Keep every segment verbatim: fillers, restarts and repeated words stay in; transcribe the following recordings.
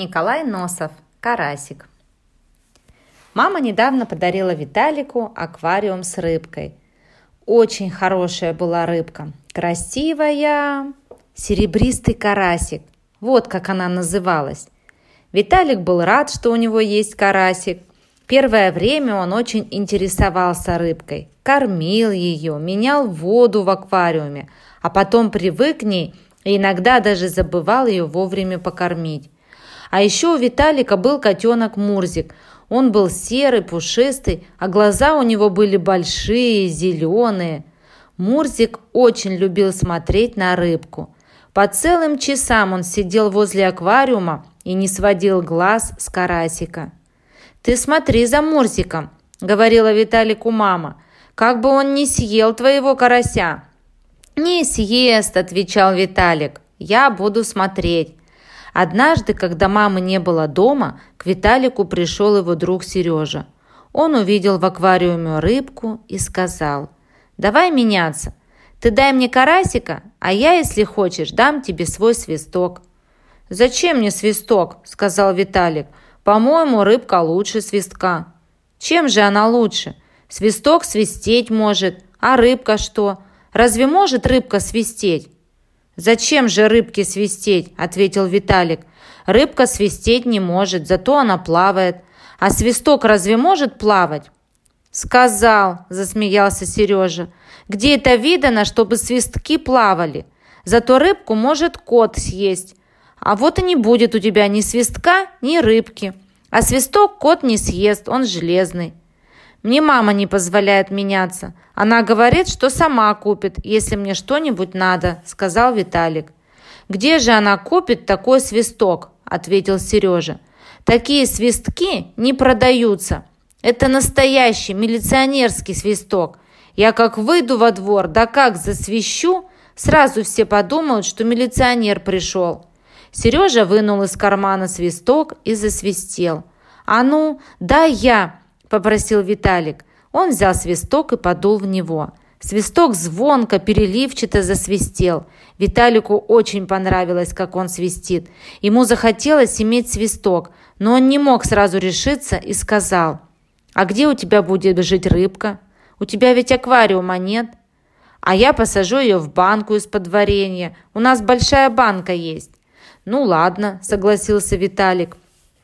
Николай Носов. Карасик. Мама недавно подарила Виталику аквариум с рыбкой. Очень хорошая была рыбка. Красивая. Серебристый карасик. Вот как она называлась. Виталик был рад, что у него есть карасик. Первое время он очень интересовался рыбкой. Кормил ее, менял воду в аквариуме, а потом привык к ней и иногда даже забывал ее вовремя покормить. А еще у Виталика был котенок Мурзик. Он был серый, пушистый, а глаза у него были большие, зеленые. Мурзик очень любил смотреть на рыбку. По целым часам он сидел возле аквариума и не сводил глаз с карасика. «Ты смотри за Мурзиком», — говорила Виталику мама, — «как бы он не съел твоего карася». «Не съест», — отвечал Виталик, — «я буду смотреть». Однажды, когда мамы не было дома, к Виталику пришел его друг Сережа. Он увидел в аквариуме рыбку и сказал: «Давай меняться. Ты дай мне карасика, а я, если хочешь, дам тебе свой свисток». «Зачем мне свисток?» – сказал Виталик. «По-моему, рыбка лучше свистка». «Чем же она лучше? Свисток свистеть может, а рыбка что? Разве может рыбка свистеть?» «Зачем же рыбке свистеть?» – ответил Виталик. «Рыбка свистеть не может, зато она плавает. А свисток разве может плавать?» «Сказал», – засмеялся Сережа. «Где это видано, чтобы свистки плавали? Зато рыбку может кот съесть. А вот и не будет у тебя ни свистка, ни рыбки. А свисток кот не съест, он железный». «Мне мама не позволяет меняться. Она говорит, что сама купит, если мне что-нибудь надо», – сказал Виталик. «Где же она купит такой свисток?» – ответил Сережа. «Такие свистки не продаются. Это настоящий милиционерский свисток. Я как выйду во двор, да как засвищу, сразу все подумают, что милиционер пришел». Сережа вынул из кармана свисток и засвистел. «А ну, дай я!» – попросил Виталик. Он взял свисток и подул в него. Свисток звонко, переливчато засвистел. Виталику очень понравилось, как он свистит. Ему захотелось иметь свисток, но он не мог сразу решиться и сказал: «А где у тебя будет жить рыбка? У тебя ведь аквариума нет». «А я посажу ее в банку из-под варенья. У нас большая банка есть». «Ну ладно», – согласился Виталик.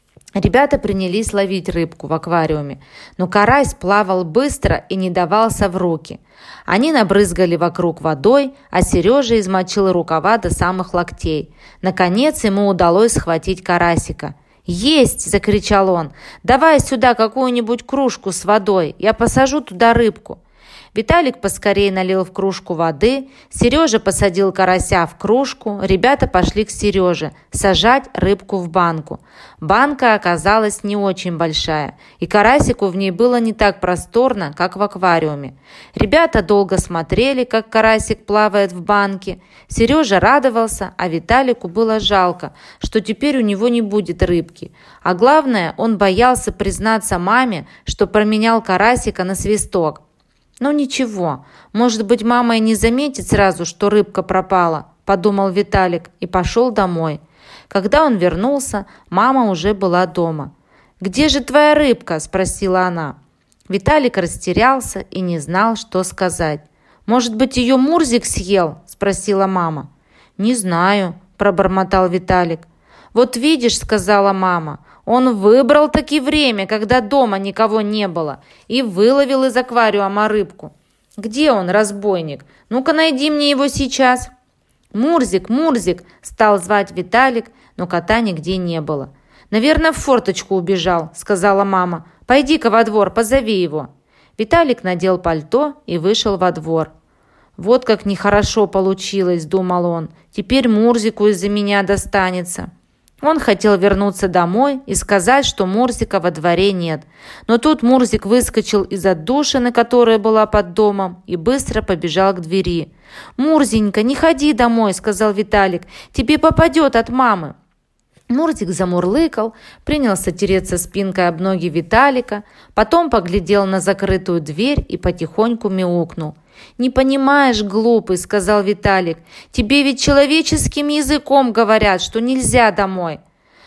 Ребята принялись ловить рыбку в аквариуме, но карась плавал быстро и не давался в руки. Они набрызгали вокруг водой, а Сережа измочил рукава до самых локтей. Наконец ему удалось схватить карасика. «Есть!» – закричал он. «Давай сюда какую-нибудь кружку с водой, я посажу туда рыбку». Виталик поскорее налил в кружку воды, Сережа посадил карася в кружку, ребята пошли к Сереже сажать рыбку в банку. Банка оказалась не очень большая, и карасику в ней было не так просторно, как в аквариуме. Ребята долго смотрели, как карасик плавает в банке. Сережа радовался, а Виталику было жалко, что теперь у него не будет рыбки. А главное, он боялся признаться маме, что променял карасика на свисток. «Ну ничего, может быть, мама и не заметит сразу, что рыбка пропала», – подумал Виталик и пошел домой. Когда он вернулся, мама уже была дома. «Где же твоя рыбка?» – спросила она. Виталик растерялся и не знал, что сказать. «Может быть, ее Мурзик съел?» – спросила мама. «Не знаю», – пробормотал Виталик. «Вот видишь», – сказала мама, – «он выбрал таки время, когда дома никого не было, и выловил из аквариума рыбку. Где он, разбойник? Ну-ка найди мне его сейчас». «Мурзик, Мурзик!» – стал звать Виталик, но кота нигде не было. «Наверное, в форточку убежал», – сказала мама. «Пойди-ка во двор, позови его». Виталик надел пальто и вышел во двор. «Вот как нехорошо получилось», – думал он. «Теперь Мурзику из-за меня достанется». Он хотел вернуться домой и сказать, что Мурзика во дворе нет. Но тут Мурзик выскочил из отдушины, которая была под домом, и быстро побежал к двери. «Мурзенька, не ходи домой», – сказал Виталик. «Тебе попадет от мамы». Мурзик замурлыкал, принялся тереться спинкой об ноги Виталика, потом поглядел на закрытую дверь и потихоньку мяукнул. «Не понимаешь, глупый», — сказал Виталик, — «тебе ведь человеческим языком говорят, что нельзя домой».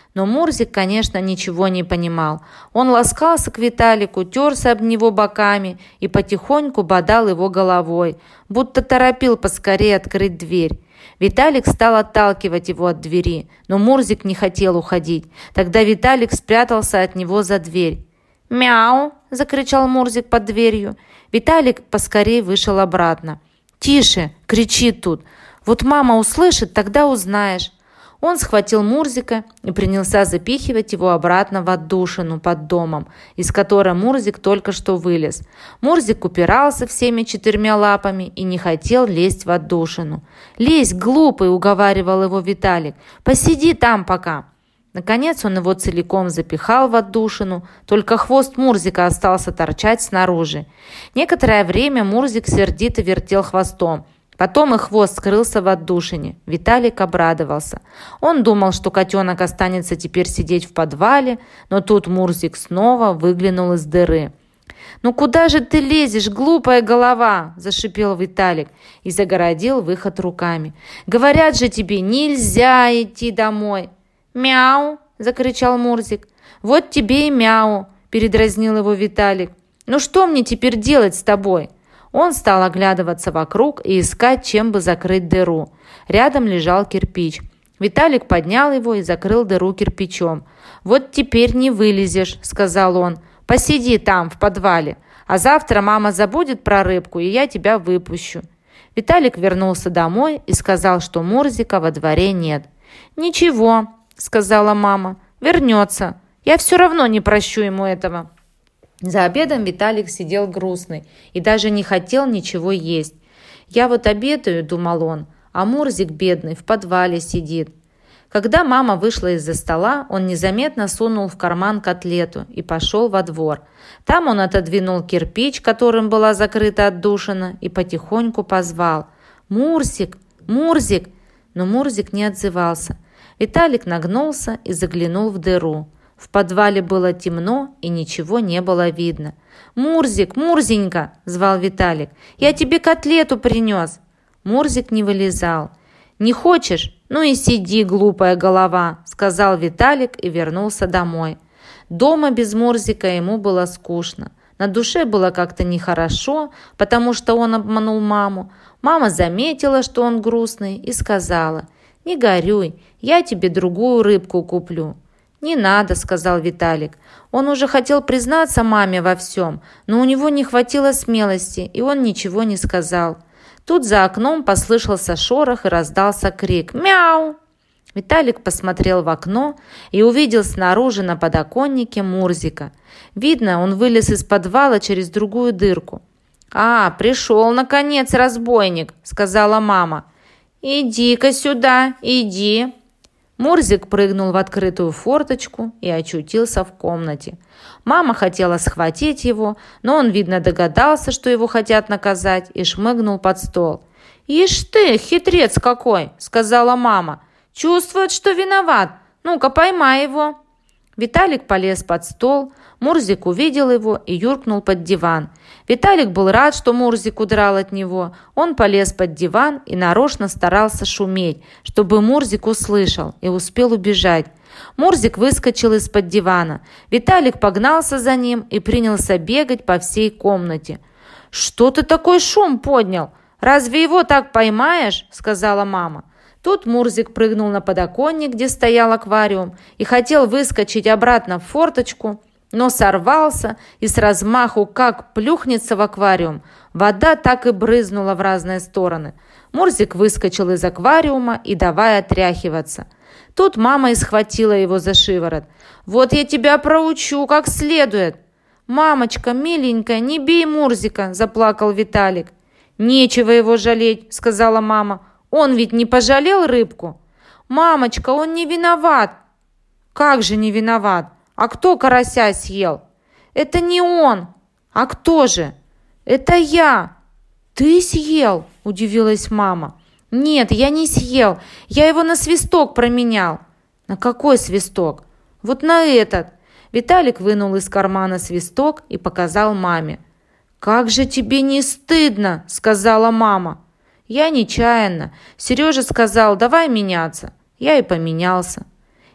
Но Мурзик, конечно, ничего не понимал. Он ласкался к Виталику, терся об него боками и потихоньку бодал его головой, будто торопил поскорее открыть дверь. Виталик стал отталкивать его от двери, но Мурзик не хотел уходить. Тогда Виталик спрятался от него за дверь. «Мяу!» – закричал Мурзик под дверью. Виталик поскорее вышел обратно. «Тише!» – кричит тут. «Вот мама услышит, тогда узнаешь». Он схватил Мурзика и принялся запихивать его обратно в отдушину под домом, из которой Мурзик только что вылез. Мурзик упирался всеми четырьмя лапами и не хотел лезть в отдушину. «Лезь, глупый!» – уговаривал его Виталик. «Посиди там пока!» Наконец он его целиком запихал в отдушину, только хвост Мурзика остался торчать снаружи. Некоторое время Мурзик сердито вертел хвостом. Потом и хвост скрылся в отдушине. Виталик обрадовался. Он думал, что котенок останется теперь сидеть в подвале, но тут Мурзик снова выглянул из дыры. «Ну куда же ты лезешь, глупая голова?» – зашипел Виталик и загородил выход руками. «Говорят же тебе, нельзя идти домой!» «Мяу!» – закричал Мурзик. «Вот тебе и мяу!» – передразнил его Виталик. «Ну что мне теперь делать с тобой?» Он стал оглядываться вокруг и искать, чем бы закрыть дыру. Рядом лежал кирпич. Виталик поднял его и закрыл дыру кирпичом. «Вот теперь не вылезешь», – сказал он. «Посиди там, в подвале, а завтра мама забудет про рыбку, и я тебя выпущу». Виталик вернулся домой и сказал, что Мурзика во дворе нет. «Ничего», – сказала мама, – «вернется. Я все равно не прощу ему этого». За обедом Виталик сидел грустный и даже не хотел ничего есть. «Я вот обедаю», – думал он, – «а Мурзик, бедный, в подвале сидит». Когда мама вышла из-за стола, он незаметно сунул в карман котлету и пошел во двор. Там он отодвинул кирпич, которым была закрыта отдушина, и потихоньку позвал: «Мурзик! Мурзик!» Но Мурзик не отзывался. Виталик нагнулся и заглянул в дыру. В подвале было темно и ничего не было видно. «Мурзик, Мурзенька!» – звал Виталик. «Я тебе котлету принес!» Мурзик не вылезал. «Не хочешь? Ну и сиди, глупая голова!» – сказал Виталик и вернулся домой. Дома без Мурзика ему было скучно. На душе было как-то нехорошо, потому что он обманул маму. Мама заметила, что он грустный, и сказала: «Не горюй, я тебе другую рыбку куплю». «Не надо», – сказал Виталик. Он уже хотел признаться маме во всем, но у него не хватило смелости, и он ничего не сказал. Тут за окном послышался шорох и раздался крик: «Мяу!». Виталик посмотрел в окно и увидел снаружи на подоконнике Мурзика. Видно, он вылез из подвала через другую дырку. «А, пришел, наконец, разбойник», – сказала мама. «Иди-ка сюда, иди». Мурзик прыгнул в открытую форточку и очутился в комнате. Мама хотела схватить его, но он, видно, догадался, что его хотят наказать, и шмыгнул под стол. «Ишь ты, хитрец какой!» – сказала мама. «Чувствует, что виноват. Ну-ка, поймай его». Виталик полез под стол, Мурзик увидел его и юркнул под диван. Виталик был рад, что Мурзик удрал от него. Он полез под диван и нарочно старался шуметь, чтобы Мурзик услышал и успел убежать. Мурзик выскочил из-под дивана. Виталик погнался за ним и принялся бегать по всей комнате. «Что ты такой шум поднял? Разве его так поймаешь?» – сказала мама. Тут Мурзик прыгнул на подоконник, где стоял аквариум, и хотел выскочить обратно в форточку, но сорвался и с размаху как плюхнется в аквариум. Вода так и брызнула в разные стороны. Мурзик выскочил из аквариума и давай отряхиваться. Тут мама и схватила его за шиворот. «Вот я тебя проучу как следует!» «Мамочка, миленькая, не бей Мурзика!» – заплакал Виталик. «Нечего его жалеть!» – сказала мама. «Он ведь не пожалел рыбку?» «Мамочка, он не виноват!» «Как же не виноват? А кто карася съел?» «Это не он!» «А кто же?» «Это я!» «Ты съел?» – удивилась мама. «Нет, я не съел. Я его на свисток променял». «На какой свисток?» «Вот на этот». Виталик вынул из кармана свисток и показал маме. «Как же тебе не стыдно?» – сказала мама. «Я нечаянно. Сережа сказал, давай меняться». Я и поменялся.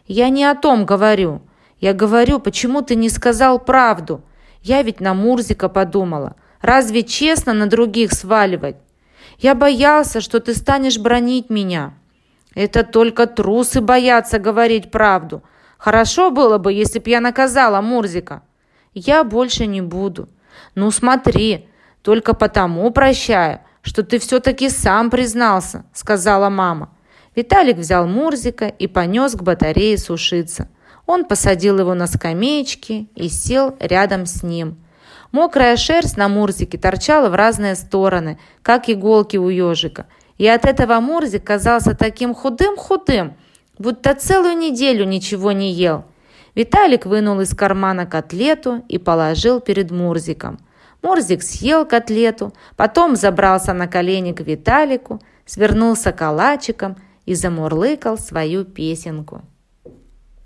Я не о том говорю. Я говорю, почему ты не сказал правду? Я ведь на Мурзика подумала. Разве честно на других сваливать? Я боялся, что ты станешь бранить меня. Это только трусы боятся говорить правду. Хорошо было бы, если б я наказала Мурзика. Я больше не буду. Ну смотри, только потому прощаю, что ты все-таки сам признался, сказала мама. Виталик взял Мурзика и понес к батарее сушиться. Он посадил его на скамеечки и сел рядом с ним. Мокрая шерсть на Мурзике торчала в разные стороны, как иголки у ежика. И от этого Мурзик казался таким худым-худым, будто целую неделю ничего не ел. Виталик вынул из кармана котлету и положил перед Мурзиком. Мурзик съел котлету, потом забрался на колени к Виталику, свернулся калачиком и замурлыкал свою песенку.